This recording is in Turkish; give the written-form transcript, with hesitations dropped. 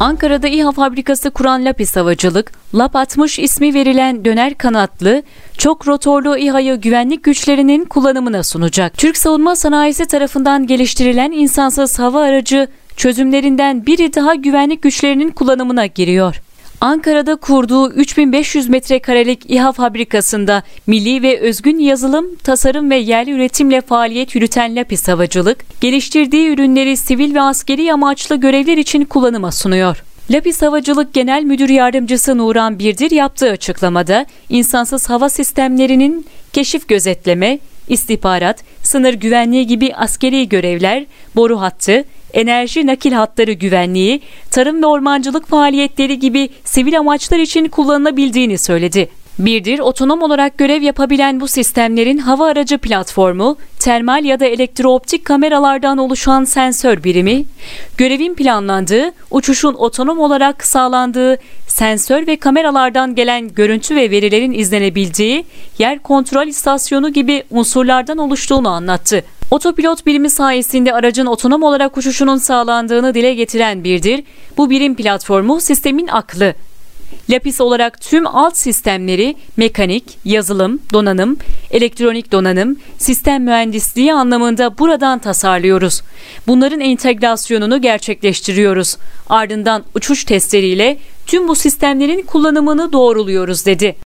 Ankara'da İHA fabrikası kuran Lapis Havacılık, LAP 60 ismi verilen döner kanatlı, çok rotorlu İHA'yı güvenlik güçlerinin kullanımına sunacak. Türk savunma sanayisi tarafından geliştirilen insansız hava aracı çözümlerinden biri daha güvenlik güçlerinin kullanımına giriyor. Ankara'da kurduğu 3500 metrekarelik İHA fabrikasında milli ve özgün yazılım, tasarım ve yerli üretimle faaliyet yürüten Lapis Havacılık, geliştirdiği ürünleri sivil ve askeri amaçlı görevler için kullanıma sunuyor. Lapis Havacılık Genel Müdür Yardımcısı Nuran Birdir yaptığı açıklamada, insansız hava sistemlerinin keşif gözetleme, istihbarat, sınır güvenliği gibi askeri görevler, boru hattı, enerji nakil hatları güvenliği, tarım ve ormancılık faaliyetleri gibi sivil amaçlar için kullanılabildiğini söyledi. Birdir, otonom olarak görev yapabilen bu sistemlerin hava aracı platformu, termal ya da elektrooptik kameralardan oluşan sensör birimi, görevin planlandığı, uçuşun otonom olarak sağlandığı, sensör ve kameralardan gelen görüntü ve verilerin izlenebildiği, yer kontrol istasyonu gibi unsurlardan oluştuğunu anlattı. Otopilot birimi sayesinde aracın otonom olarak uçuşunun sağlandığını dile getiren Birdir, bu birim platformu sistemin aklı. Lapis olarak tüm alt sistemleri mekanik, yazılım, donanım, elektronik donanım, sistem mühendisliği anlamında buradan tasarlıyoruz. Bunların entegrasyonunu gerçekleştiriyoruz. Ardından uçuş testleriyle tüm bu sistemlerin kullanımını doğruluyoruz dedi.